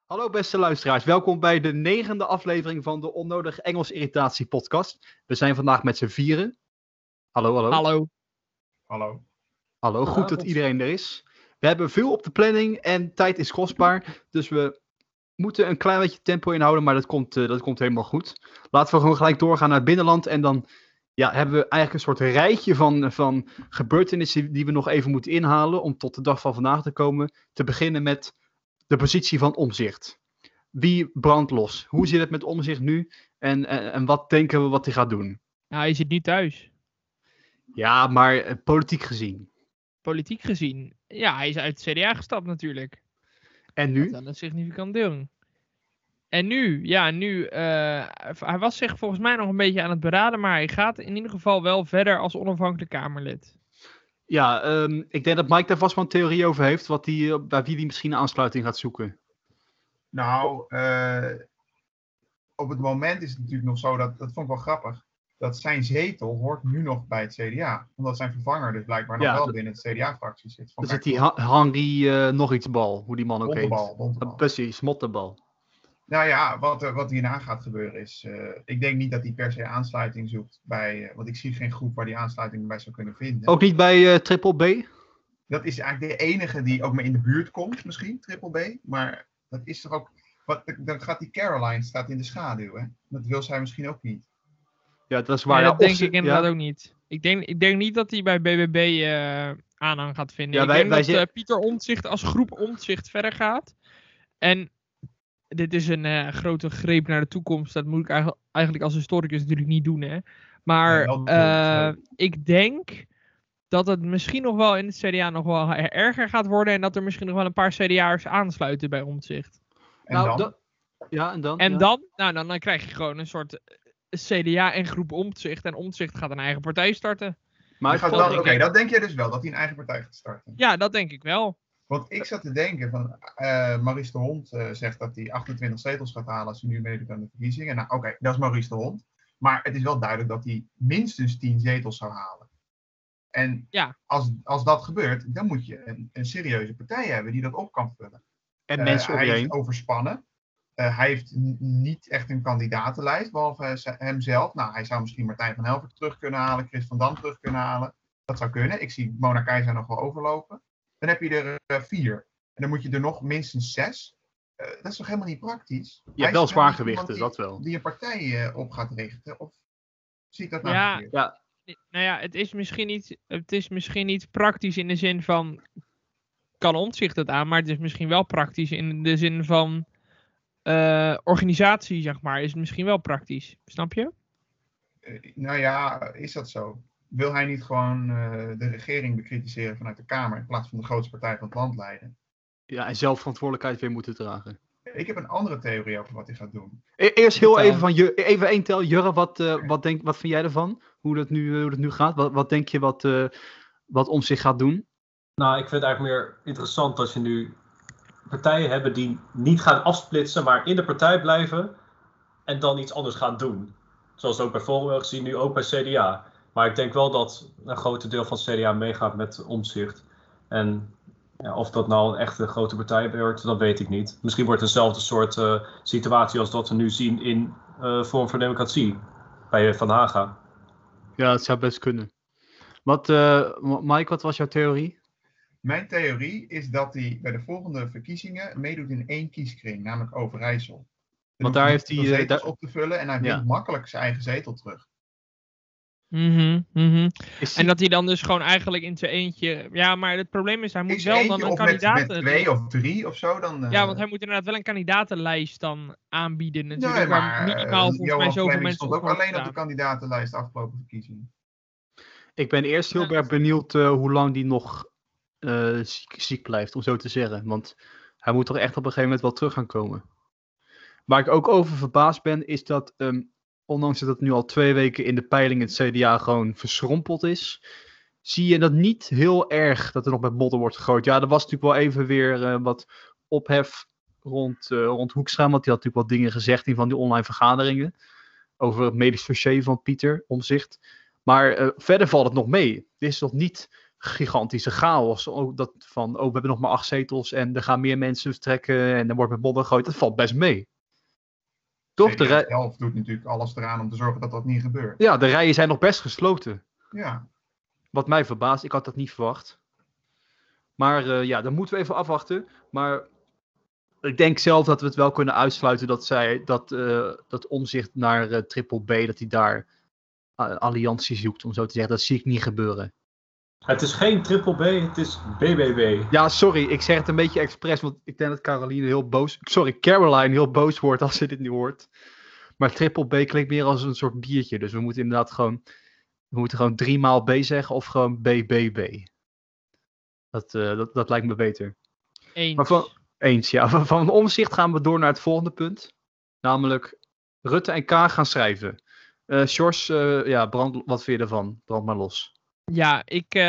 Hallo beste luisteraars, welkom bij de 9e aflevering van de Onnodig Engels Irritatie podcast. We zijn vandaag met z'n vieren. Hallo, hallo. Hallo. Hallo. Hallo, goed dat iedereen er is. We hebben veel op de planning en tijd is kostbaar, dus we moeten een klein beetje tempo inhouden, maar dat komt helemaal goed. Laten we gewoon gelijk doorgaan naar het binnenland en dan hebben we eigenlijk een soort rijtje van gebeurtenissen die we nog even moeten inhalen om tot de dag van vandaag te komen. Te beginnen met de positie van Omtzigt. Wie brandt los? Hoe zit het met Omtzigt nu? En wat denken we wat hij gaat doen? Nou, hij zit nu thuis. Ja, maar politiek gezien. Politiek gezien. Ja, hij is uit het CDA gestapt natuurlijk. En nu? Dat is dan een significant ding. En nu? Ja, hij was zich volgens mij nog een beetje aan het beraden, maar hij gaat in ieder geval wel verder als onafhankelijk Kamerlid. Ja, ik denk dat Mike daar vast wel een theorie over heeft, bij wie hij misschien een aansluiting gaat zoeken. Nou, op het moment is het natuurlijk nog zo, dat vond ik wel grappig, dat zijn zetel hoort nu nog bij het CDA. Omdat zijn vervanger dus blijkbaar nog wel binnen het CDA-fractie zit. Dat zit die Henri nog iets bal, hoe die man ook heet. Bontebal. Precies, Mottenbal. Nou ja, wat hierna gaat gebeuren is, ik denk niet dat hij per se aansluiting zoekt bij, want ik zie geen groep waar die aansluiting bij zou kunnen vinden. Ook niet bij Triple B? Dat is eigenlijk de enige die ook maar in de buurt komt, misschien, Triple B. Maar dat is toch ook, dan gaat die Caroline, staat in de schaduw, hè? Dat wil zij misschien ook niet. Ja, dat is waar. Nee, dat denk ik inderdaad ook niet. Ik denk niet dat hij bij BBB aanhang gaat vinden. Ja, ik denk dat Pieter Omtzigt als groep Omtzigt verder gaat. En dit is een grote greep naar de toekomst. Dat moet ik eigenlijk als historicus natuurlijk niet doen, hè. Maar ik denk dat het misschien nog wel in het CDA nog wel erger gaat worden. En dat er misschien nog wel een paar CDA'ers aansluiten bij Omtzigt. En dan? En dan? Dan krijg je gewoon een soort CDA en groep Omtzigt. En Omtzigt gaat een eigen partij starten. Maar dat denk jij dus wel, dat hij een eigen partij gaat starten? Ja, dat denk ik wel. Want ik zat te denken van, Maurice de Hond zegt dat hij 28 zetels gaat halen als hij nu meedoet aan de verkiezingen. Nou oké, dat is Maurice de Hond. Maar het is wel duidelijk dat hij minstens 10 zetels zou halen. En als dat gebeurt, dan moet je een serieuze partij hebben die dat op kan vullen. En mensen om je heen. Hij is overspannen. Hij heeft niet echt een kandidatenlijst, behalve hemzelf. Nou, hij zou misschien Martijn van Helvert terug kunnen halen, Chris van Dam terug kunnen halen. Dat zou kunnen. Ik zie Mona Keizer nog wel overlopen. Dan heb je er 4. En dan moet je er nog minstens 6. Dat is toch helemaal niet praktisch? Je hebt wel zwaargewichten, dat wel. Die een partij op gaat richten. Of zie ik dat nou verkeerd? Ja. Nou ja, het is misschien niet praktisch in de zin van, kan Omtzigt het aan, maar het is misschien wel praktisch in de zin van organisatie, zeg maar, is het misschien wel praktisch. Snap je? Nou ja, is dat zo? Wil hij niet gewoon de regering bekritiseren vanuit de Kamer in plaats van de grootste partij van het land leiden? Ja, en zelf verantwoordelijkheid weer moeten dragen. Ik heb een andere theorie over wat hij gaat doen. Eerst heel even van even één tel. Jurre, wat vind jij ervan? Hoe dat nu gaat? Wat denk je wat Omtzigt gaat doen? Nou, ik vind het eigenlijk meer interessant dat je nu partijen hebben die niet gaan afsplitsen, maar in de partij blijven en dan iets anders gaan doen. Zoals ook bij Forum gezien, nu ook bij CDA. Maar ik denk wel dat een groot deel van het CDA meegaat met Omtzigt. En ja, of dat nou een echte grote partij wordt, dat weet ik niet. Misschien wordt het dezelfde soort situatie als dat we nu zien in Forum voor Democratie bij Van Haga. Ja, dat zou best kunnen. Mike, wat was jouw theorie? Mijn theorie is dat hij bij de volgende verkiezingen meedoet in 1 kieskring, namelijk Overijssel. Want daar heeft hij zetels op te vullen en hij wint makkelijk zijn eigen zetel terug. En dat hij dan dus gewoon eigenlijk in zijn eentje... Ja, maar het probleem is, hij moet wel dan een kandidaten... Met 2 of 3 of zo dan... Ja, want hij moet inderdaad wel een kandidatenlijst dan aanbieden natuurlijk. Nee, maar minimaal volgens mij zoveel mensen... stond ook alleen op de kandidatenlijst afgelopen verkiezingen. Ik ben eerst heel erg benieuwd hoe lang die nog ziek blijft, om zo te zeggen. Want hij moet toch echt op een gegeven moment wel terug gaan komen. Waar ik ook over verbaasd ben, is dat... ondanks dat het nu al 2 weken in de peiling het CDA gewoon verschrompeld is, zie je dat niet heel erg dat er nog met modder wordt gegooid. Ja, er was natuurlijk wel even weer wat ophef rond Hoekstra, want die had natuurlijk wat dingen gezegd in van die online vergaderingen over het medisch dossier van Pieter Omtzigt. Maar verder valt het nog mee. Het is nog niet gigantische chaos. We hebben nog maar 8 zetels en er gaan meer mensen vertrekken en er wordt met modder gegooid. Dat valt best mee. Toch? De zelf doet natuurlijk alles eraan om te zorgen dat dat niet gebeurt. Ja, de rijen zijn nog best gesloten. Ja. Wat mij verbaast, ik had dat niet verwacht. Maar dan moeten we even afwachten. Maar ik denk zelf dat we het wel kunnen uitsluiten dat Omtzigt naar Triple B, dat hij daar alliantie zoekt, om zo te zeggen. Dat zie ik niet gebeuren. Het is geen Triple B, het is BBB. Ja, sorry, ik zeg het een beetje expres, want ik denk dat Caroline heel boos wordt als ze dit nu hoort. Maar Triple B klinkt meer als een soort biertje, dus we moeten inderdaad gewoon 3 maal B zeggen of gewoon BBB. Dat lijkt me beter. Eens. Van Omtzigt gaan we door naar het volgende punt. Namelijk Rutte en Kaag gaan schrijven. Sjors, wat vind je ervan? Brand maar los. Ja,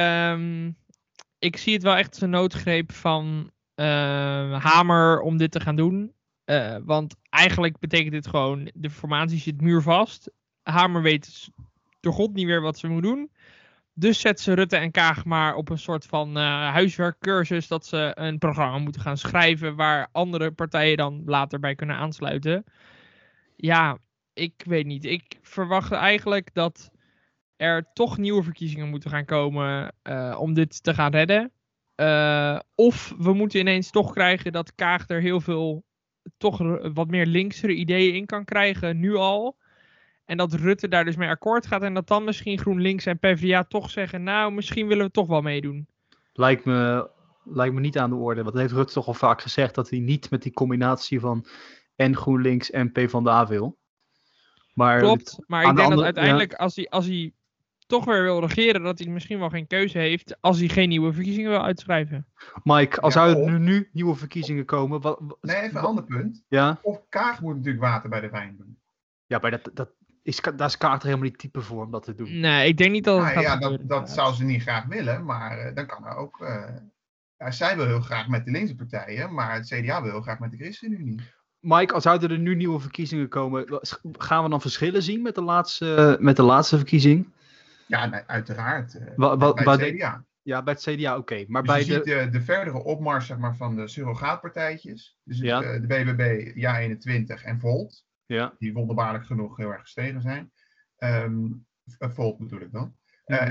ik zie het wel echt als een noodgreep van Hamer om dit te gaan doen. Want eigenlijk betekent dit gewoon, de formatie zit muurvast. Hamer weet door God niet meer wat ze moet doen. Dus zet ze Rutte en Kaag maar op een soort van huiswerkcursus dat ze een programma moeten gaan schrijven waar andere partijen dan later bij kunnen aansluiten. Ja, ik weet niet. Ik verwacht eigenlijk dat er toch nieuwe verkiezingen moeten gaan komen om dit te gaan redden. Of we moeten ineens toch krijgen dat Kaag er heel veel toch wat meer linksere ideeën in kan krijgen, nu al. En dat Rutte daar dus mee akkoord gaat en dat dan misschien GroenLinks en PvdA toch zeggen, nou, misschien willen we toch wel meedoen. Lijkt me niet aan de orde, want dat heeft Rutte toch al vaak gezegd, dat hij niet met die combinatie van en GroenLinks en PvdA wil. Klopt, maar ik denk dat uiteindelijk als hij toch weer wil regeren, dat hij misschien wel geen keuze heeft als hij geen nieuwe verkiezingen wil uitschrijven. Mike, als er nu nieuwe verkiezingen komen... even een ander punt. Ja? Of Kaag moet natuurlijk water bij de wijn doen. Ja, maar daar is Kaag er helemaal niet type voor om dat te doen. Nee, ik denk niet dat het gaat gebeuren. Dat zou ze niet graag willen, maar dan kan er ook... zij wil heel graag met de linkse partijen, maar het CDA wil heel graag met de ChristenUnie. Mike, als zouden er nu nieuwe verkiezingen komen, gaan we dan verschillen zien met de laatste verkiezing? Ja, nee, uiteraard. Bij het CDA. Ja, bij het CDA oké. Maar dus je ziet de verdere opmars zeg maar, van de surrogaatpartijtjes. Dus de BBB, JA21 en Volt. Ja. Die wonderbaarlijk genoeg heel erg gestegen zijn. Volt bedoel ik dan.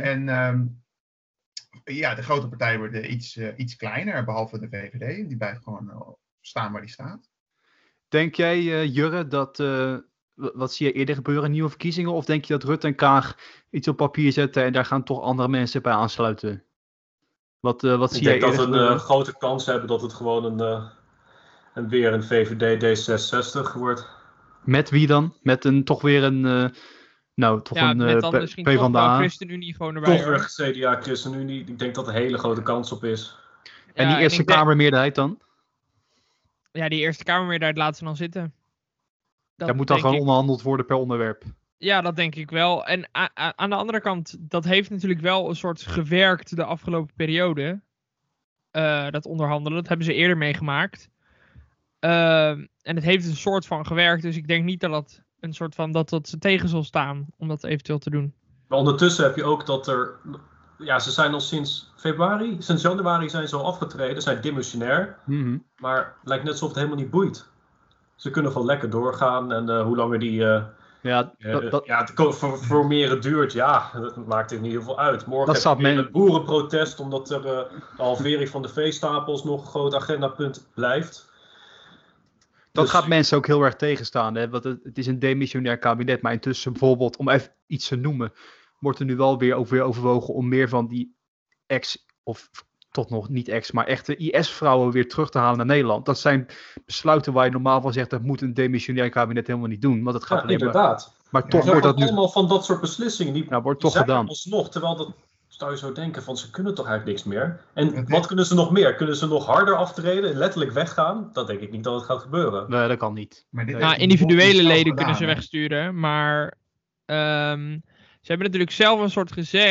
De grote partijen worden iets kleiner, behalve de VVD. Die blijft gewoon staan waar die staat. Denk jij, Jurre, dat... Wat zie je eerder gebeuren, nieuwe verkiezingen? Of denk je dat Rutte en Kaag iets op papier zetten en daar gaan toch andere mensen bij aansluiten? Wat zie jij eerder gebeuren? Ik denk dat we een grote kans hebben dat het gewoon weer een VVD D66 wordt. Met wie dan? Met misschien toch wel ChristenUnie gewoon erbij. Toch weer CDA, ChristenUnie. Ik denk dat er een hele grote kans op is. En die Eerste Kamermeerderheid dan? Ja, die Eerste Kamermeerderheid laten ze dan zitten. Daar moet dan gewoon onderhandeld worden per onderwerp. Ja, dat denk ik wel. En aan de andere kant, dat heeft natuurlijk wel een soort gewerkt de afgelopen periode. Dat onderhandelen, dat hebben ze eerder meegemaakt. En het heeft een soort van gewerkt, dus ik denk niet dat een soort van dat ze tegen zal staan om dat eventueel te doen. Maar ondertussen heb je ook dat er... Ja, ze zijn al sinds januari zijn ze al afgetreden, zijn demissionair. Mm-hmm. Maar het lijkt net alsof het helemaal niet boeit. Ze kunnen gewoon lekker doorgaan en hoe langer die formeren duurt, dat maakt er niet heel veel uit. Morgen heb je weer een boerenprotest, omdat er de halvering van de veestapels nog een groot agendapunt blijft. Dat gaat mensen ook heel erg tegenstaan, hè? Want het is een demissionair kabinet, maar intussen bijvoorbeeld, om even iets te noemen, wordt er nu wel weer overwogen om meer van die of tot nog niet maar echte IS-vrouwen weer terug te halen naar Nederland. Dat zijn besluiten waar je normaal van zegt, dat moet een demissionair kabinet helemaal niet doen. Want het gaat alleen inderdaad. Maar toch wordt dat nu... allemaal van dat soort beslissingen. Die wordt toch gedaan. Alsnog, terwijl dat zou je zo denken van, ze kunnen toch eigenlijk niks meer. En wat kunnen ze nog meer? Kunnen ze nog harder aftreden, letterlijk weggaan? Dat denk ik niet dat het gaat gebeuren. Nee, dat kan niet. Individuele leden kunnen ze wegsturen, maar ze hebben natuurlijk zelf een soort gezegd,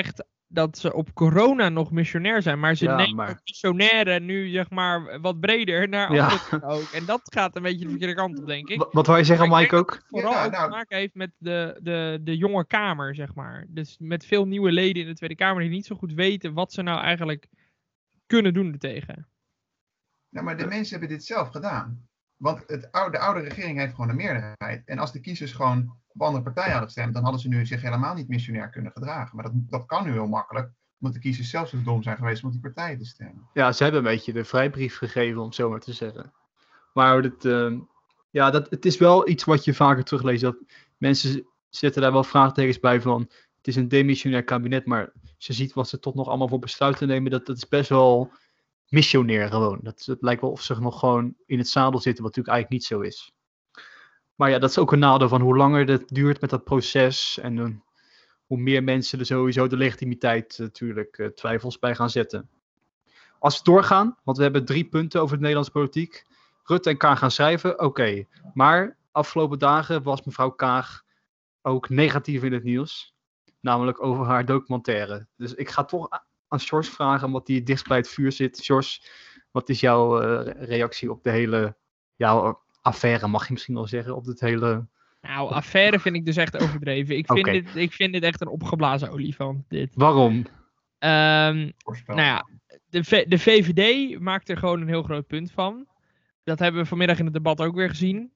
dat ze op corona nog missionair zijn. Maar ze nemen maar... het missionaire nu, zeg maar, wat breder naar andere ook. En dat gaat een beetje de verkeerde kant op, denk ik. Wat wou je zeggen, Mike, ook? Dat het vooral ook te maken heeft met de jonge Kamer, zeg maar. Dus met veel nieuwe leden in de Tweede Kamer die niet zo goed weten wat ze nou eigenlijk kunnen doen ertegen. Nou, maar de mensen hebben dit zelf gedaan. Want de oude regering heeft gewoon een meerderheid. En als de kiezers gewoon op andere partijen hadden gestemd, dan hadden ze nu zich helemaal niet missionair kunnen gedragen. Maar dat kan nu heel makkelijk, omdat de kiezers zelf zo dom zijn geweest om op die partijen te stemmen. Ja, ze hebben een beetje de vrijbrief gegeven, om zo maar te zeggen. Maar het is wel iets wat je vaker terugleest. Dat mensen zetten daar wel vraagtekens bij van, het is een demissionair kabinet, maar als je ziet wat ze tot nog allemaal voor besluiten nemen, dat is best wel missionair gewoon. Het lijkt wel of ze nog gewoon in het zadel zitten, wat natuurlijk eigenlijk niet zo is. Maar ja, dat is ook een nadeel van hoe langer het duurt met dat proces en hoe meer mensen er sowieso de legitimiteit natuurlijk twijfels bij gaan zetten. Als we doorgaan, want we hebben 3 punten over de Nederlandse politiek. Rutte en Kaag gaan schrijven, oké. Maar afgelopen dagen was mevrouw Kaag ook negatief in het nieuws. Namelijk over haar documentaire. Dus ik ga toch aan Sjors vragen, omdat die dichtst bij het vuur zit. Sjors, wat is jouw reactie op de hele affaire, mag je misschien wel zeggen? Op dit hele... Nou, affaire vind ik dus echt overdreven. Ik vind dit echt een opgeblazen olifant. Dit. Waarom? Nou ja, de VVD maakt er gewoon een heel groot punt van. Dat hebben we vanmiddag in het debat ook weer gezien.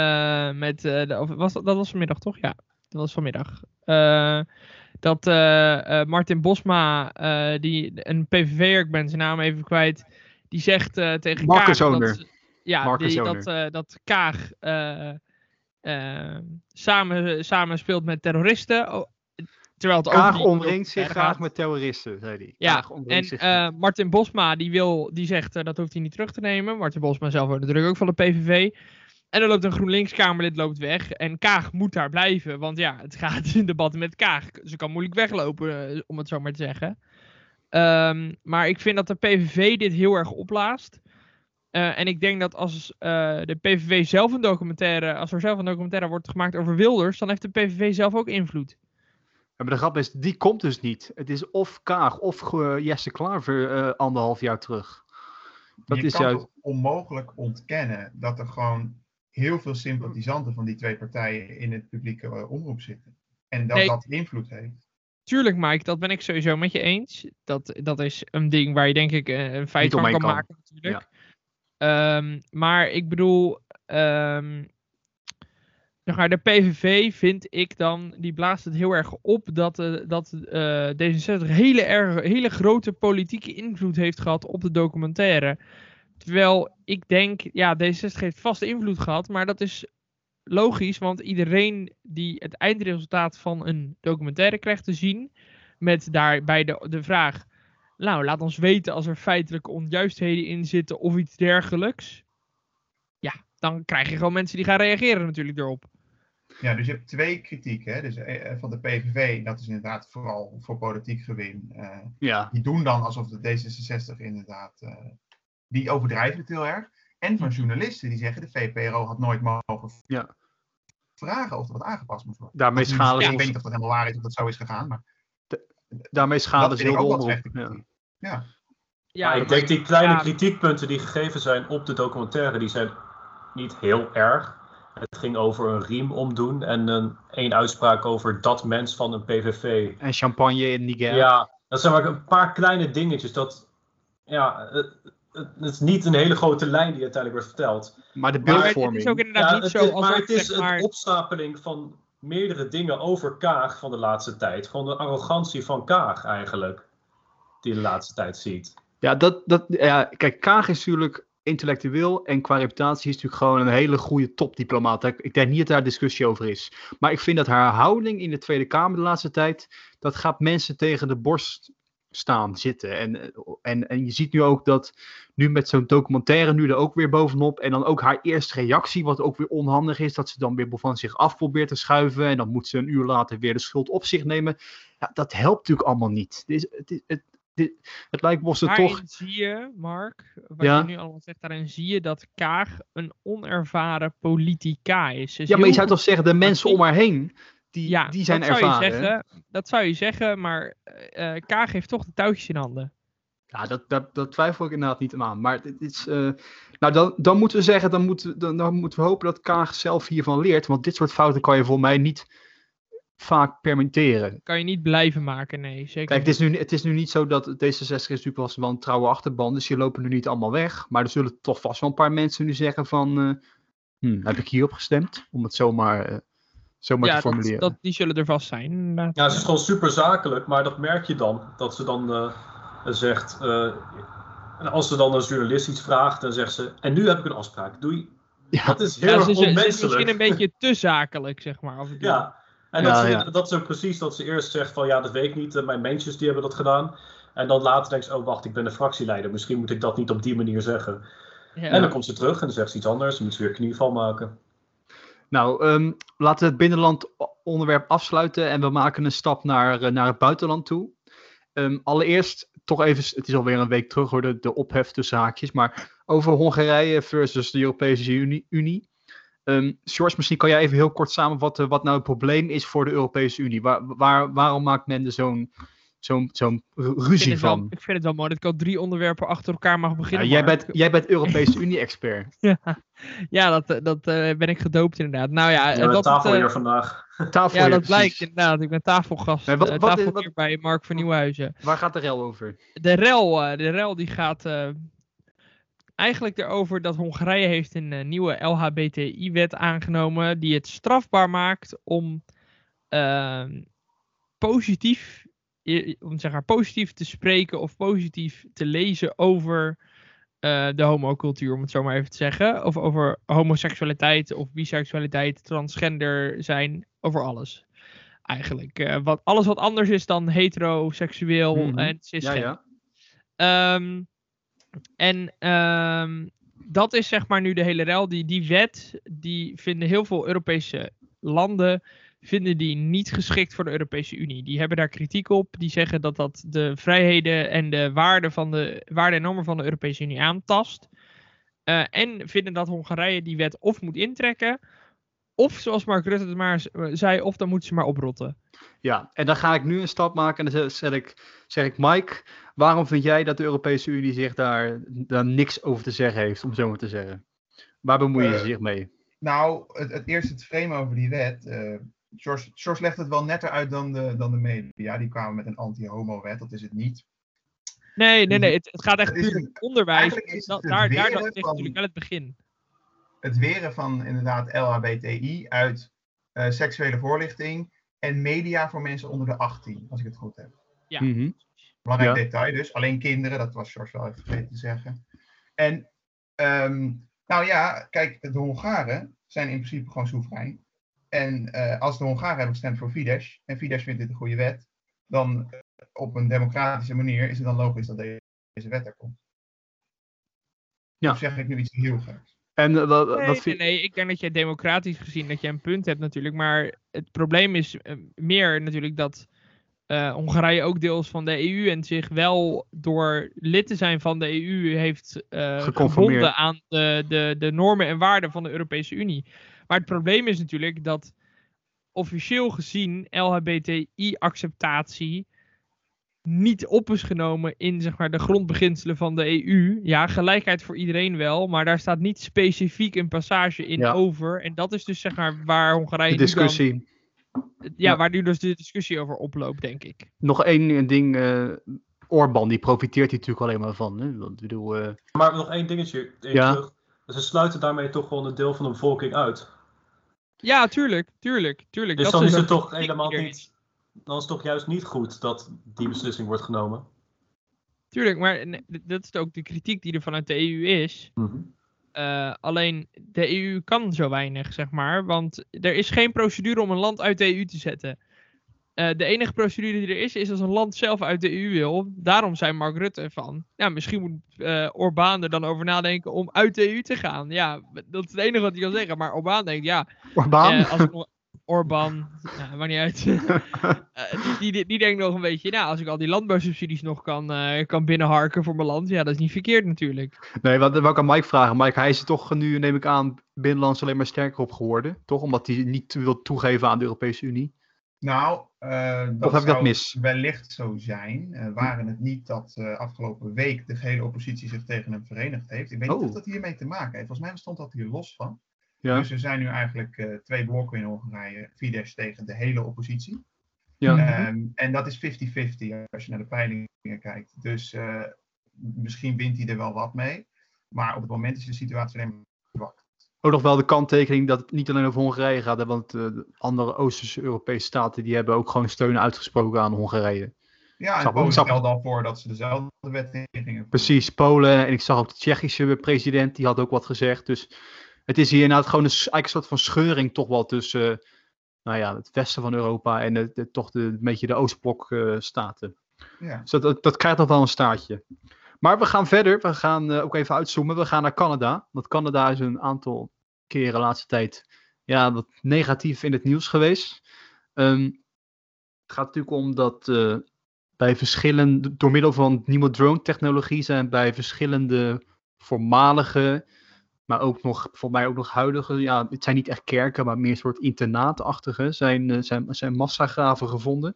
Dat was vanmiddag, toch? Ja, dat was vanmiddag. Dat Martin Bosma, die een PVV'er, ik ben zijn naam even kwijt, die zegt tegen Kaag dat Kaag samen speelt met terroristen. Terwijl het Kaag omringt zich graag met terroristen, zei hij. Ja, en Martin Bosma die zegt dat hoeft hij niet terug te nemen. Martin Bosma zelf wordt natuurlijk ook van de PVV. En er loopt een GroenLinks-Kamerlid loopt weg. En Kaag moet daar blijven. Want ja, het gaat in debatten met Kaag. Ze kan moeilijk weglopen, om het zo maar te zeggen. Maar ik vind dat de PVV dit heel erg opblaast. En ik denk dat als de PVV zelf als er zelf een documentaire wordt gemaakt over Wilders, dan heeft de PVV zelf ook invloed. Ja, maar de grap is, die komt dus niet. Het is of Kaag of Jesse Klaver 1,5 jaar terug. Je kan toch onmogelijk ontkennen dat er gewoon heel veel sympathisanten van die 2 partijen in het publieke omroep zitten. En dat invloed heeft. Tuurlijk, Mike, dat ben ik sowieso met je eens. Dat is een ding waar je denk ik een feit van kan maken natuurlijk. Ja. Maar ik bedoel, de PVV vind ik dan, die blaast het heel erg op dat D66 hele grote politieke invloed heeft gehad op de documentaire. Terwijl ik denk, ja, D66 heeft vast invloed gehad, maar dat is logisch, want iedereen die het eindresultaat van een documentaire krijgt te zien, met daarbij de vraag, nou, laat ons weten als er feitelijke onjuistheden in zitten of iets dergelijks. Ja, dan krijg je gewoon mensen die gaan reageren natuurlijk erop. Ja, dus je hebt 2 kritieken. Hè? Dus van de PVV, dat is inderdaad vooral voor politiek gewin. Die doen dan alsof de D66 inderdaad... die overdrijven het heel erg. En van journalisten die zeggen, de VPRO had nooit mogen vragen of er wat aangepast moet worden. Daarmee schalen ze... Ik weet niet of dat helemaal waar is of dat zo is gegaan, maar... Daarmee schalen ze heel de omroep. Ja, ik denk die kleine kritiekpunten die gegeven zijn op de documentaire, die zijn niet heel erg. Het ging over een riem omdoen en een uitspraak over dat mens van een PVV. En champagne in Niger. Ja, dat zijn maar een paar kleine dingetjes. Het is niet een hele grote lijn die uiteindelijk wordt verteld. Maar de beeldvorming. Het is ook inderdaad niet zo. Maar het is een opstapeling van meerdere dingen over Kaag van de laatste tijd. Gewoon de arrogantie van Kaag eigenlijk. Die je de laatste tijd ziet. Ja, kijk, Kaag is natuurlijk intellectueel en qua reputatie is natuurlijk gewoon een hele goede topdiplomaat. Ik denk niet dat daar discussie over is. Maar ik vind dat haar houding in de Tweede Kamer de laatste tijd, dat gaat mensen tegen de borst zitten. En je ziet nu ook dat nu met zo'n documentaire nu er ook weer bovenop en dan ook haar eerste reactie, wat ook weer onhandig is, dat ze dan weer van zich af probeert te schuiven en dan moet ze een uur later weer de schuld op zich nemen. Ja, dat helpt natuurlijk allemaal niet. Het lijkt me toch... Daarin zie je, Mark, wat je nu allemaal zegt, daarin zie je dat Kaag een onervaren politica is. Ja, maar je zou toch zeggen, de mensen om haar heen, die zijn ervaren. Dat zou je zeggen, maar Kaag heeft toch de touwtjes in handen. Ja, dat twijfel ik inderdaad niet aan. Maar het is, dan moeten we zeggen, dan moeten we hopen dat Kaag zelf hiervan leert. Want dit soort fouten kan je voor mij niet vaak permitteren. Kan je niet blijven maken, nee. Zeker. Kijk, het is nu niet zo dat D66 is natuurlijk wel een trouwe achterban. Dus die lopen nu niet allemaal weg. Maar er zullen toch vast wel een paar mensen nu zeggen van... heb ik hierop gestemd? Om het zomaar te formuleren. Die zullen er vast zijn. Inderdaad. Ja, ze is gewoon super zakelijk, maar dat merk je dan. Dat ze dan zegt... en als ze dan een journalist iets vraagt, dan zegt ze... En nu heb ik een afspraak. Doei. Ja. Dat is heel onmenselijk. Ze is misschien een beetje te zakelijk, zeg maar. Af en toe. Ja. En dat is ook precies dat ze eerst zegt van... Ja, dat weet ik niet. Mijn mensjes die hebben dat gedaan. En dan later denkt ze... Oh, wacht, ik ben een fractieleider. Misschien moet ik dat niet op die manier zeggen. Ja. En dan komt ze terug en dan zegt ze iets anders. Dan moet ze weer knieval maken. Nou, laten we het binnenland onderwerp afsluiten. En we maken een stap naar het buitenland toe. Allereerst, toch even, het is alweer een week terug hoor, de ophef tussen haakjes. Maar over Hongarije versus de Europese Unie. George, misschien kan jij even heel kort samenvatten wat nou het probleem is voor de Europese Unie. Waarom maakt men er zo'n ruzie van? Ik vind het wel mooi dat ik al 3 onderwerpen achter elkaar mag beginnen. Jij bent Europese Unie-expert. Dat ben ik gedoopt inderdaad. Nou ja, dat tafel hier vandaag. Dat blijkt inderdaad. Ik ben tafelgast. Tafelheer bij Mark van Nieuwhuizen. Waar gaat de rel over? De rel die gaat eigenlijk erover dat Hongarije heeft een nieuwe LHBTI-wet aangenomen die het strafbaar maakt om positief te spreken of positief te lezen over de homocultuur, om het zo maar even te zeggen. Of over homoseksualiteit of biseksualiteit, transgender zijn, over alles. Eigenlijk. Alles wat anders is dan heteroseksueel en cisgender. Dat is zeg maar nu de hele rel. Die wet, die vinden heel veel Europese landen vinden die niet geschikt voor de Europese Unie. Die hebben daar kritiek op. Die zeggen dat de vrijheden en de waarden en normen van de Europese Unie aantast. En vinden dat Hongarije die wet of moet intrekken, of zoals Mark Rutte het maar zei, of dan moeten ze maar oprotten. Ja, en dan ga ik nu een stap maken en dan zeg ik Mike, waarom vind jij dat de Europese Unie zich daar niks over te zeggen heeft, om zo maar te zeggen? Waar bemoei je zich mee? Nou, het frame over die wet. George legt het wel netter uit dan de media. Die kwamen met een anti-homo-wet, dat is het niet. Nee, het gaat echt puur om onderwijs. Daar ligt natuurlijk wel het begin. Het weren van inderdaad LHBTI uit seksuele voorlichting en media voor mensen onder de 18, als ik het goed heb. Ja. Belangrijk detail dus. Alleen kinderen, dat was George wel even vergeten te zeggen. En nou ja, kijk, de Hongaren zijn in principe gewoon soeverein. En als de Hongaren hebben gestemd voor Fidesz, en Fidesz vindt dit een goede wet, dan op een democratische manier is het dan logisch dat deze wet er komt. Ja. Of zeg ik nu iets heel geks? Nee, ik denk dat je democratisch gezien dat je een punt hebt natuurlijk. Maar het probleem is meer natuurlijk dat Hongarije ook deels van de EU en zich wel door lid te zijn van de EU heeft gebonden aan de normen en waarden van de Europese Unie. Maar het probleem is natuurlijk dat officieel gezien LHBTI-acceptatie niet op is genomen in zeg maar de grondbeginselen van de EU. Ja, gelijkheid voor iedereen wel, maar daar staat niet specifiek een passage in over. En dat is dus zeg maar waar Hongarije de discussie. Waar nu dus de discussie over oploopt, denk ik. Nog één ding, Orbán, die profiteert hier natuurlijk alleen maar van. Hè? Want, Maar nog één dingetje terug. Ze sluiten daarmee toch gewoon een deel van de bevolking uit. Ja, tuurlijk. Dus dat dan is het toch helemaal niet. Dan is het toch juist niet goed dat die beslissing wordt genomen. Tuurlijk, maar dat is ook de kritiek die er vanuit de EU is. Alleen de EU kan zo weinig, zeg maar. Want er is geen procedure om een land uit de EU te zetten. De enige procedure die er is als een land zelf uit de EU wil. Daarom zei Mark Rutte van, ja, misschien moet Orbán er dan over nadenken om uit de EU te gaan. Ja, dat is het enige wat hij kan zeggen. Maar Orbán denkt, ja, Orbán, maakt niet uit. Die denkt nog een beetje, nou, als ik al die landbouwsubsidies nog kan binnenharken voor mijn land, ja, dat is niet verkeerd natuurlijk. Nee, wat wil ik aan Mike vragen? Mike, hij is er toch nu, neem ik aan, binnenlands alleen maar sterker op geworden, toch? Omdat hij niet wil toegeven aan de Europese Unie. Nou, Of heb ik dat mis? Wellicht zo zijn. Waren het niet dat afgelopen week de gehele oppositie zich tegen hem verenigd heeft. Ik weet niet of dat hiermee te maken heeft. Volgens mij stond dat hier los van. Ja. Dus er zijn nu eigenlijk 2 blokken in Hongarije. Fidesz tegen de hele oppositie. Ja. En dat is 50-50 als je naar de peilingen kijkt. Dus misschien wint hij er wel wat mee. Maar op het moment is de situatie alleen maar zwak. Ook nog wel de kanttekening dat het niet alleen over Hongarije gaat. Hè, want de andere Oosterse Europese staten die hebben ook gewoon steun uitgesproken aan Hongarije. Ja, en Polen stelde al voor dat ze dezelfde wetgevingen. Precies, Polen. En ik zag ook de Tsjechische president, die had ook wat gezegd. Dus het is hier inderdaad gewoon eigenlijk een soort van scheuring toch wel tussen het westen van Europa en toch een beetje de Oostblok staten. Ja. Dus dat krijgt nog wel een staartje. Maar we gaan verder. We gaan ook even uitzoomen. We gaan naar Canada. Want Canada is een aantal keren de laatste tijd wat negatief in het nieuws geweest. Het gaat natuurlijk om dat door middel van nieuwe drone technologie zijn bij verschillende voormalige, maar ook nog, voor mij ook nog huidige, het zijn niet echt kerken, maar meer een soort internaatachtige, zijn massagraven gevonden.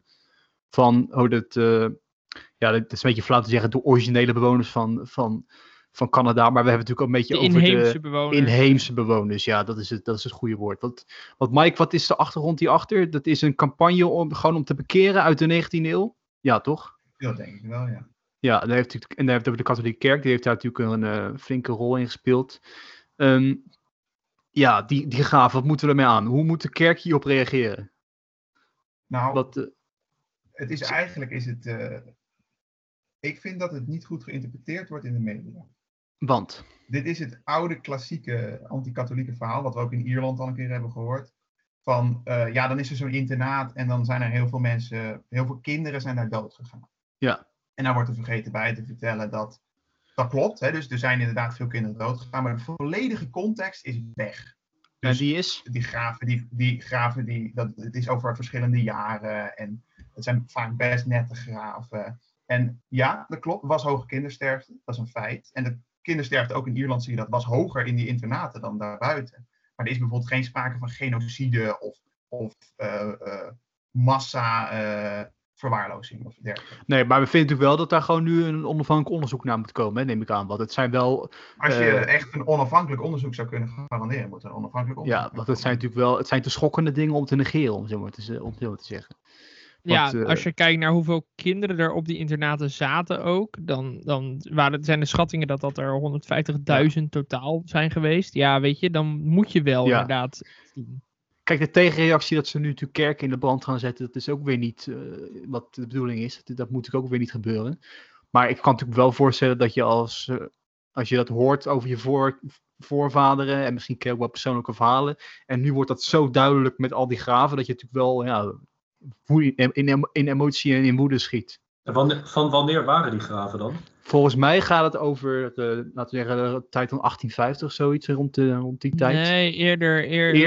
Dat is een beetje flauw te zeggen, de originele bewoners van Canada, maar we hebben natuurlijk ook een beetje over de inheemse bewoners. Ja, dat is het goede woord. Wat Mike, wat is de achtergrond hierachter? Dat is een campagne om te bekeren uit de 19e eeuw? Ja, toch? Dat denk ik wel, ja. Ja, daar heeft ook de katholieke kerk, die heeft daar natuurlijk een flinke rol in gespeeld. Die graven, wat moeten we ermee aan? Hoe moet de kerk hierop reageren? Nou, het is eigenlijk, ik vind dat het niet goed geïnterpreteerd wordt in de media. Want? Dit is het oude klassieke anti-katholieke verhaal, wat we ook in Ierland al een keer hebben gehoord. Van, dan is er zo'n internaat en dan zijn er heel veel kinderen zijn daar dood gegaan. Ja. En daar wordt er vergeten bij te vertellen dat klopt. Hè? Dus er zijn inderdaad veel kinderen dood gegaan, maar de volledige context is weg. Dus en die is? Die graven, het is over verschillende jaren en het zijn vaak best nette graven. En ja, dat klopt, er was hoge kindersterfte, dat is een feit. En de kindersterfte ook in Ierland zie je dat was hoger in die internaten dan daarbuiten. Maar er is bijvoorbeeld geen sprake van genocide of massaverwaarlozing of dergelijke. Nee, maar we vinden natuurlijk wel dat daar gewoon nu een onafhankelijk onderzoek naar moet komen, hè, neem ik aan. Want het zijn wel... Als je echt een onafhankelijk onderzoek zou kunnen garanderen, moet er een onafhankelijk onderzoek... Ja, want het zijn natuurlijk wel... Het zijn te schokkende dingen om te negeren, om zo maar te zeggen. Want, als je kijkt naar hoeveel kinderen er op die internaten zaten ook, dan zijn de schattingen dat er 150.000 totaal zijn geweest. Ja, weet je, dan moet je wel inderdaad zien. Kijk, de tegenreactie dat ze nu natuurlijk kerken in de brand gaan zetten, dat is ook weer niet wat de bedoeling is. Dat moet natuurlijk ook weer niet gebeuren. Maar ik kan natuurlijk wel voorstellen dat je als je dat hoort over je voorvaderen, en misschien ken je ook wel persoonlijke verhalen, en nu wordt dat zo duidelijk met al die graven, dat je natuurlijk wel in emotie en in woede schiet. En van wanneer waren die graven dan? Volgens mij gaat het over, laten we zeggen, de tijd van 1850 of zoiets, rond die tijd. Nee, eerder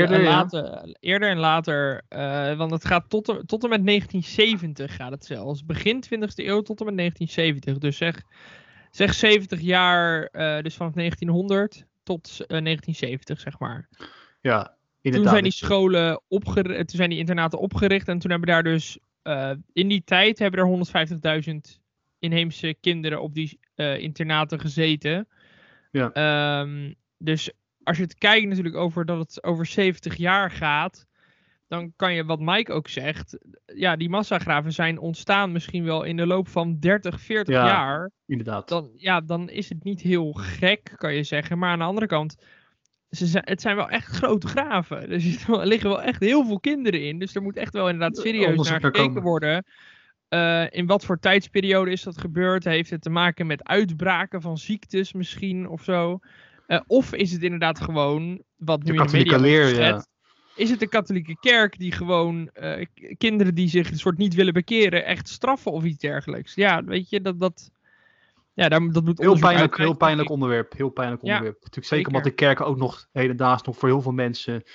en later. Want het gaat tot en met 1970 gaat het zelfs. Begin 20e eeuw tot en met 1970. Dus zeg 70 jaar, dus vanaf 1900 tot 1970, zeg maar. Ja. Toen zijn die scholen toen zijn die internaten opgericht en toen hebben daar dus in die tijd hebben er 150.000 inheemse kinderen op die internaten gezeten. Ja. Dus als je het kijkt natuurlijk over dat het over 70 jaar gaat, dan kan je, wat Mike ook zegt, die massagraven zijn ontstaan misschien wel in de loop van 30, 40 jaar. Inderdaad. Dan is het niet heel gek, kan je zeggen. Maar aan de andere kant, het zijn wel echt grote graven. Er liggen wel echt heel veel kinderen in. Dus er moet echt wel inderdaad serieus naar gekeken worden. In wat voor tijdsperiode is dat gebeurd? Heeft het te maken met uitbraken van ziektes misschien of zo? Of is het inderdaad gewoon, wat nu in de media wordt gezet, is het de katholieke kerk die gewoon kinderen die zich een soort niet willen bekeren echt straffen of iets dergelijks? Ja, weet je, dat moet heel pijnlijk onderwerp. Heel pijnlijk onderwerp. Natuurlijk zeker omdat de kerk ook nog hedendaags nog voor heel veel mensen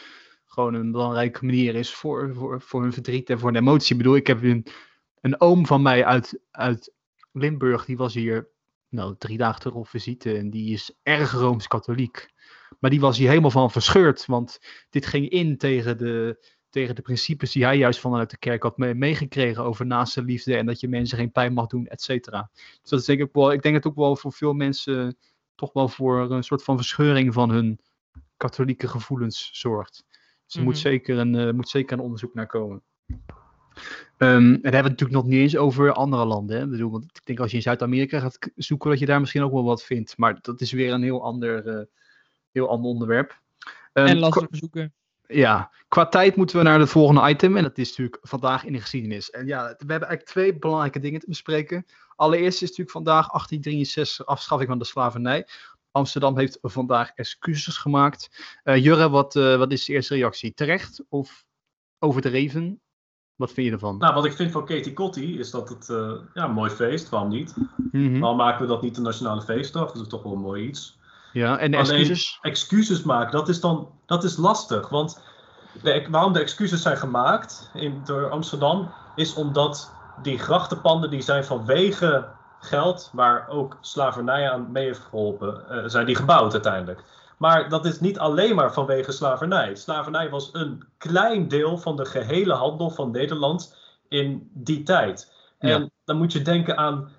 gewoon een belangrijke manier is voor hun verdriet en voor hun emotie. Ik bedoel, ik heb een oom van mij uit Limburg, die was hier 3 dagen terug op visite en die is erg Rooms-katholiek. Maar die was hier helemaal van verscheurd, want dit ging in tegen de principes die hij juist vanuit de kerk had meegekregen over naaste liefde en dat je mensen geen pijn mag doen, et cetera. Dus dat is denk ik wel, ik denk dat ook wel voor veel mensen toch wel voor een soort van verscheuring van hun katholieke gevoelens zorgt. Dus er moet zeker een onderzoek naar komen. En daar hebben we het natuurlijk nog niet eens over andere landen. Hè? Ik bedoel, want ik denk als je in Zuid-Amerika gaat zoeken, dat je daar misschien ook wel wat vindt. Maar dat is weer een heel ander onderwerp. En lastig zoeken. Ja, qua tijd moeten we naar het volgende item. En dat is natuurlijk vandaag in de geschiedenis. En ja, we hebben eigenlijk 2 belangrijke dingen te bespreken. Allereerst is natuurlijk vandaag 1863 afschaffing van de slavernij. Amsterdam heeft vandaag excuses gemaakt. Jurre, wat is de eerste reactie? Terecht of overdreven? Wat vind je ervan? Nou, wat ik vind van Katie Kotti is dat het een mooi feest, waarom niet? Waarom maken we dat niet de nationale feestdag? Dat is toch wel een mooi iets. Ja, en de excuses? Excuses maken, dat is lastig. Want waarom de excuses zijn gemaakt door Amsterdam, is omdat die grachtenpanden die zijn vanwege geld, waar ook slavernij aan mee heeft geholpen, zijn die gebouwd uiteindelijk. Maar dat is niet alleen maar vanwege slavernij. Slavernij was een klein deel van de gehele handel van Nederland in die tijd. En dan moet je denken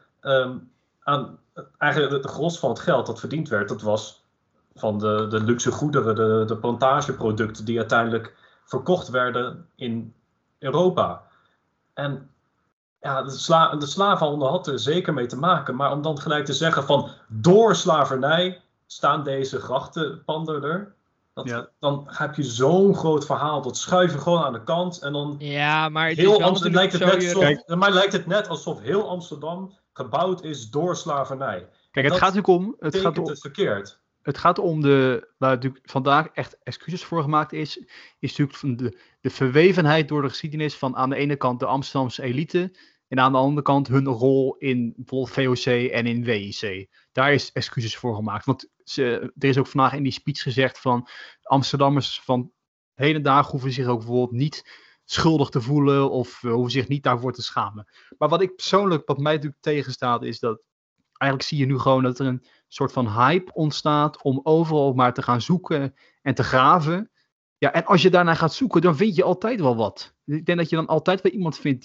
aan eigenlijk het gros van het geld dat verdiend werd. Dat was van de luxe goederen, de plantageproducten die uiteindelijk verkocht werden in Europa. En ja, de slavenhandel had er zeker mee te maken. Maar om dan gelijk te zeggen van door slavernij staan deze grachtenpanden er. Dan heb je zo'n groot verhaal. Dat schuif je gewoon aan de kant. En dan maar lijkt het net alsof heel Amsterdam gebouwd is door slavernij. Kijk, het gaat natuurlijk om. Het verkeerd. Het gaat om waar natuurlijk vandaag echt excuses voor gemaakt is natuurlijk de verwevenheid door de geschiedenis van aan de ene kant de Amsterdamse elite en aan de andere kant hun rol in bijvoorbeeld VOC en in WIC. Daar is excuses voor gemaakt. Want er is ook vandaag in die speech gezegd van Amsterdammers van heden dagen hoeven zich ook bijvoorbeeld niet schuldig te voelen of hoeven zich niet daarvoor te schamen. Maar wat mij natuurlijk tegenstaat is dat eigenlijk zie je nu gewoon dat er een soort van hype ontstaat om overal maar te gaan zoeken en te graven. Ja, en als je daarna gaat zoeken, dan vind je altijd wel wat. Ik denk dat je dan altijd wel iemand vindt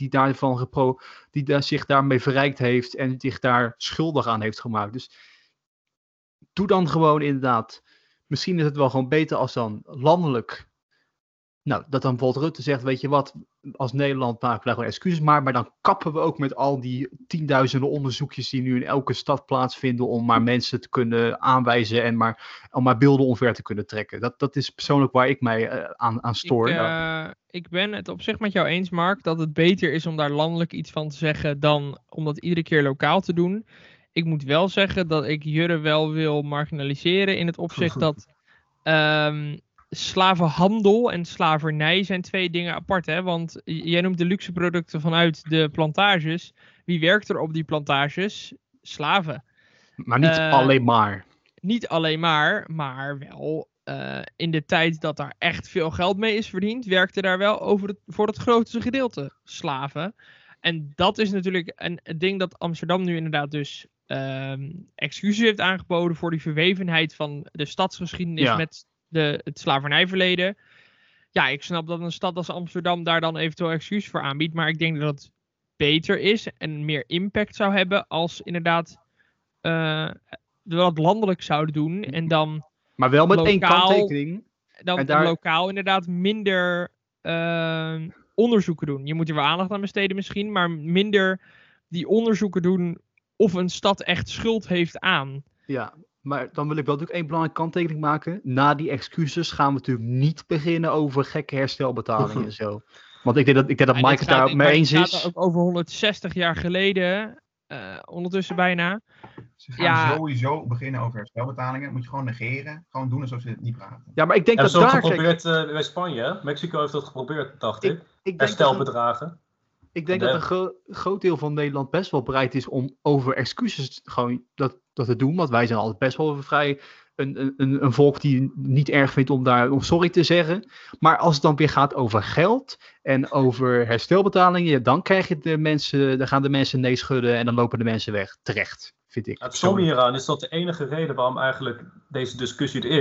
die zich daarmee verrijkt heeft en zich daar schuldig aan heeft gemaakt. Dus doe dan gewoon inderdaad. Misschien is het wel gewoon beter als dan landelijk. Nou, dat dan bijvoorbeeld Rutte zegt, weet je wat, als Nederland maken we daar gewoon excuses maar dan kappen we ook met al die 10.000 onderzoekjes die nu in elke stad plaatsvinden om maar mensen te kunnen aanwijzen en om maar beelden omver te kunnen trekken. Dat is persoonlijk waar ik mij aan stoor. Ik ben het op zich met jou eens, Mark, dat het beter is om daar landelijk iets van te zeggen dan om dat iedere keer lokaal te doen. Ik moet wel zeggen dat ik Jurre wel wil marginaliseren in het opzicht dat slavenhandel en slavernij zijn 2 dingen apart, hè? Want jij noemt de luxe producten vanuit de plantages. Wie werkt er op die plantages? Slaven. Maar niet alleen maar. Niet alleen maar wel in de tijd dat daar echt veel geld mee is verdiend, werkte daar wel voor het grootste gedeelte slaven. En dat is natuurlijk een ding dat Amsterdam nu inderdaad dus excuses heeft aangeboden voor die verwevenheid van de stadsgeschiedenis met het slavernijverleden. Ja, ik snap dat een stad als Amsterdam daar dan eventueel excuus voor aanbiedt, maar ik denk dat het beter is en meer impact zou hebben als inderdaad we dat landelijk zouden doen en dan maar wel met één kanttekening. Dan lokaal inderdaad minder onderzoeken doen. Je moet er wel aandacht aan besteden misschien, maar minder die onderzoeken doen of een stad echt schuld heeft aan. Ja, maar dan wil ik wel natuurlijk 1 belangrijke kanttekening maken. Na die excuses gaan we natuurlijk niet beginnen over gekke herstelbetalingen en zo. Want ik denk dat Mike het daar mee eens is. Het gaat ook over 160 jaar geleden, ondertussen bijna. Ze gaan sowieso beginnen over herstelbetalingen. Dat moet je gewoon negeren. Gewoon doen alsof ze het niet praten. Ja, maar ik denk dat daar... Dat is geprobeerd bij Spanje, hè? Mexico heeft dat geprobeerd, dacht ik. Herstelbedragen. Ik denk dat een groot deel van Nederland best wel bereid is om over excuses gewoon dat te doen. Want wij zijn altijd best wel vrij een volk die niet erg vindt om sorry te zeggen. Maar als het dan weer gaat over geld en over herstelbetalingen, dan gaan de mensen nee schudden en dan lopen de mensen weg. Terecht, vind ik. Het stomme hieraan is dat de enige reden waarom eigenlijk deze discussie er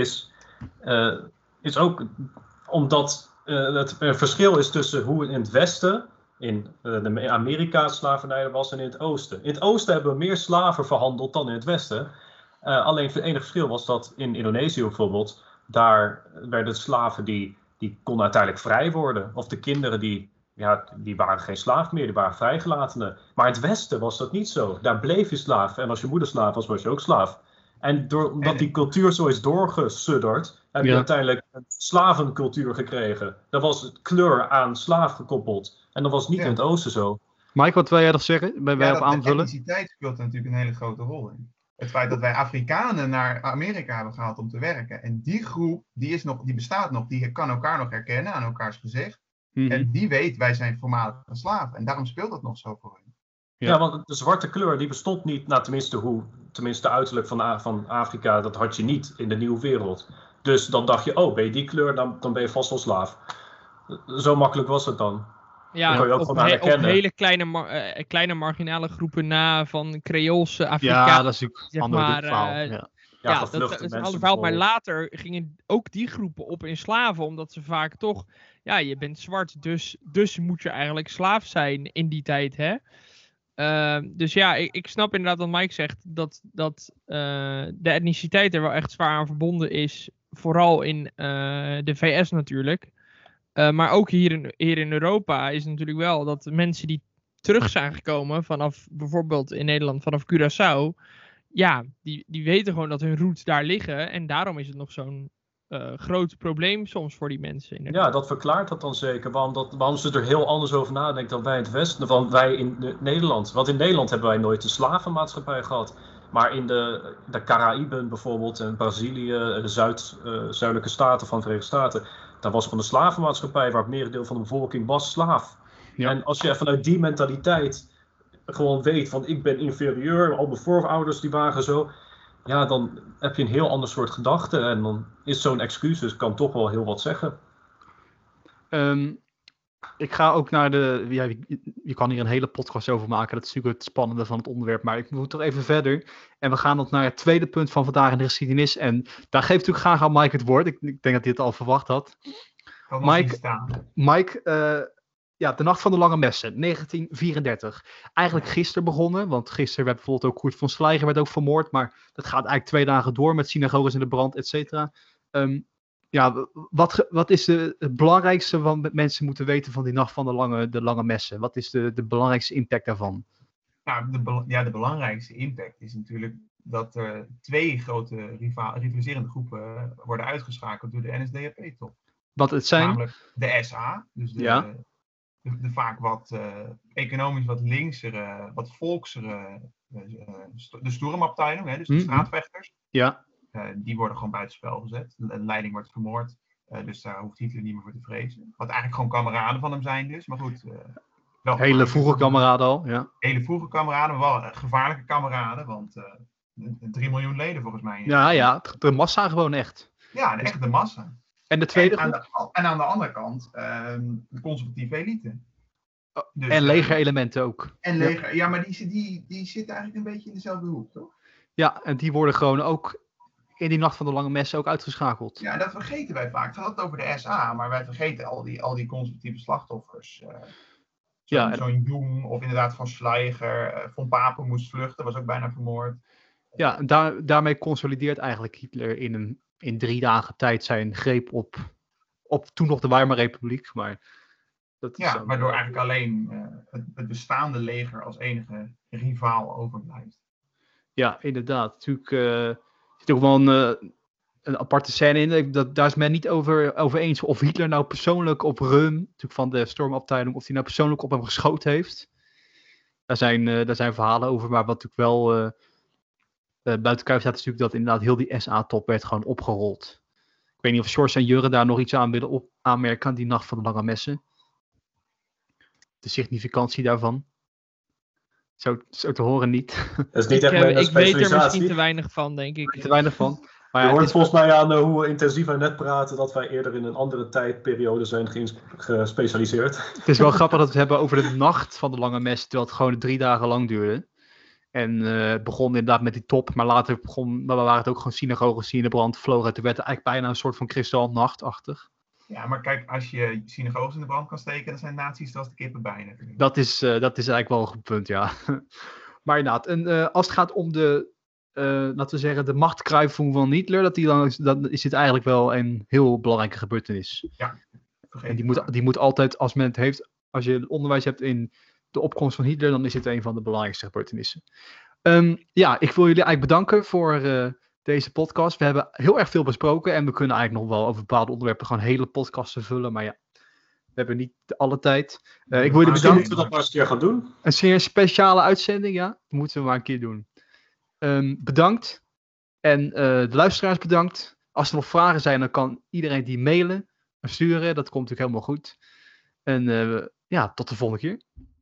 is ook omdat het verschil is tussen hoe het in het Westen, in de Amerika slavernij was en in het Oosten. In het Oosten hebben we meer slaven verhandeld dan in het Westen. Alleen het enige verschil was dat in Indonesië bijvoorbeeld, daar werden slaven die konden uiteindelijk vrij worden. Of de kinderen die waren geen slaaf meer, die waren vrijgelatenen. Maar in het Westen was dat niet zo. Daar bleef je slaaf. En als je moeder slaaf was, was je ook slaaf. En omdat die cultuur zo is doorgesudderd, heb je uiteindelijk een slavencultuur gekregen. Daar was kleur aan slaaf gekoppeld. En dat was niet in het Oosten zo. Mike, wat wil jij nog zeggen? Wij op aanvullen? De etniciteit speelt er natuurlijk een hele grote rol in. Het feit dat wij Afrikanen naar Amerika hebben gehaald om te werken. En die groep, die bestaat nog. Die kan elkaar nog herkennen aan elkaars gezicht. Mm-hmm. En die weet, wij zijn voormalige slaven. En daarom speelt dat nog zo voor hen. Ja, want de zwarte kleur die bestond niet, tenminste uiterlijk van Afrika, dat had je niet in de nieuwe wereld. Dus dan dacht je, ben je die kleur, dan ben je vast wel slaaf. Zo makkelijk was het dan. Ja, kon je ook op hele kleine marginale groepen na van Creoolse Afrikanen. Ja, dat is natuurlijk een ander verhaal. Dat is een ander verhaal. Maar later gingen ook die groepen op in slaven, omdat ze vaak toch, je bent zwart, dus moet je eigenlijk slaaf zijn in die tijd, hè. Dus ik snap inderdaad wat Mike zegt, dat de etniciteit er wel echt zwaar aan verbonden is, vooral in de VS natuurlijk. Maar ook hier in Europa is het natuurlijk wel dat mensen die terug zijn gekomen vanaf bijvoorbeeld in Nederland, vanaf Curaçao, die weten gewoon dat hun roots daar liggen en daarom is het nog zo'n groot probleem soms voor die mensen. Inderdaad. Ja, dat verklaart dat dan zeker. Waarom ze er heel anders over nadenken dan wij in het Westen, dan wij in Nederland. Want in Nederland hebben wij nooit een slavenmaatschappij gehad. Maar in de Caraïben bijvoorbeeld en Brazilië, de zuidelijke staten van de Verenigde Staten, daar was gewoon een slavenmaatschappij waar het merendeel van de bevolking was slaaf. Ja. En als je vanuit die mentaliteit gewoon weet van ik ben inferieur, al mijn voorouders die waren zo, dan heb je een heel ander soort gedachte en dan is zo'n excuus dus kan toch wel heel wat zeggen. Ik ga ook naar je kan hier een hele podcast over maken, dat is natuurlijk het spannende van het onderwerp, maar ik moet toch even verder. En we gaan naar het tweede punt van vandaag in de geschiedenis en daar geef ik natuurlijk graag aan Mike het woord. Ik denk dat hij het al verwacht had. Mike, de Nacht van de Lange Messen, 1934. Eigenlijk gisteren begonnen, want gisteren werd bijvoorbeeld ook Kurt von Schleicher werd ook vermoord, maar dat gaat eigenlijk 2 dagen door met synagoges in de brand, et cetera. Wat is het belangrijkste wat mensen moeten weten van die Nacht van de Lange Messen? Wat is de belangrijkste impact daarvan? Nou, de belangrijkste impact is natuurlijk dat er 2 grote rivaliserende groepen worden uitgeschakeld door de NSDAP-top. Wat het zijn? Namelijk de SA, dus de vaak wat economisch wat linksere, wat volksere, de Sturmabteilung, dus de straatvechters. Ja. Die worden gewoon buitenspel gezet. De leiding wordt vermoord. Dus daar hoeft Hitler niet meer voor te vrezen. Wat eigenlijk gewoon kameraden van hem zijn dus. Maar goed. Hele vroege kameraden al. Ja. Hele vroege kameraden. Maar wel gevaarlijke kameraden. Want 3 miljoen leden volgens mij. De massa gewoon echt. Ja, echt de massa. En de tweede groep? En aan de andere kant de conservatieve elite. Dus, en legerelementen ook. En leger, maar die zitten eigenlijk een beetje in dezelfde hoek, toch? Ja, en die worden gewoon ook in die Nacht van de Lange Messen ook uitgeschakeld. Ja, dat vergeten wij vaak. Het had het over de SA, maar wij vergeten al die conservatieve slachtoffers. Zo'n Jung of inderdaad van Schleicher. Von Papen moest vluchten, was ook bijna vermoord. Ja, daarmee consolideert eigenlijk Hitler in 3 dagen tijd zijn greep op toen nog de Weimarrepubliek. Maar waardoor eigenlijk alleen het bestaande leger als enige rivaal overblijft. Ja, inderdaad. Natuurlijk zit ook wel een aparte scène in. Daar is men niet over eens of Hitler nou persoonlijk op Röhm, natuurlijk van de Sturmabteilung, of hij nou persoonlijk op hem geschoten heeft. Daar zijn verhalen over, maar wat natuurlijk wel buiten kijf staat, is natuurlijk dat inderdaad heel die SA-top werd gewoon opgerold. Ik weet niet of Sjors en Jurre daar nog iets aan willen aanmerken aan die Nacht van de Lange Messen. De significantie daarvan. Zo te horen niet. Dat is niet echt mijn ik weet er misschien te weinig van, denk ik. Te weinig van. Maar je ja, hoort volgens mij aan hoe intensief wij net praten dat wij eerder in een andere tijdperiode zijn gespecialiseerd. Het is wel grappig dat we het hebben over de nacht van de lange mes, terwijl het gewoon 3 dagen lang duurde. En het begon inderdaad met die top, maar later waren het ook gewoon synagoges die in de brand vlogen. Toen werd het eigenlijk bijna een soort van kristalnachtachtig. Ja, maar kijk, als je synagoges in de brand kan steken, dan zijn nazi's als de kippen bijna. Dat is eigenlijk wel een goed punt, ja. Maar inderdaad, als het gaat om laten we zeggen, de machtkruiping van Hitler, dan is dit eigenlijk wel een heel belangrijke gebeurtenis. Ja, en die moet altijd, als men het heeft, als je onderwijs hebt in de opkomst van Hitler, dan is dit een van de belangrijkste gebeurtenissen. Ik wil jullie eigenlijk bedanken voor deze podcast. We hebben heel erg veel besproken en we kunnen eigenlijk nog wel over bepaalde onderwerpen gewoon hele podcasten vullen, maar ja, we hebben niet alle tijd. Ik wil jullie Misschien bedanken. moeten we dat maar eens een keer gaan doen. Een zeer speciale uitzending, ja. Dat moeten we maar een keer doen. Bedankt. En de luisteraars bedankt. Als er nog vragen zijn, dan kan iedereen die mailen of sturen. Dat komt natuurlijk helemaal goed. En tot de volgende keer.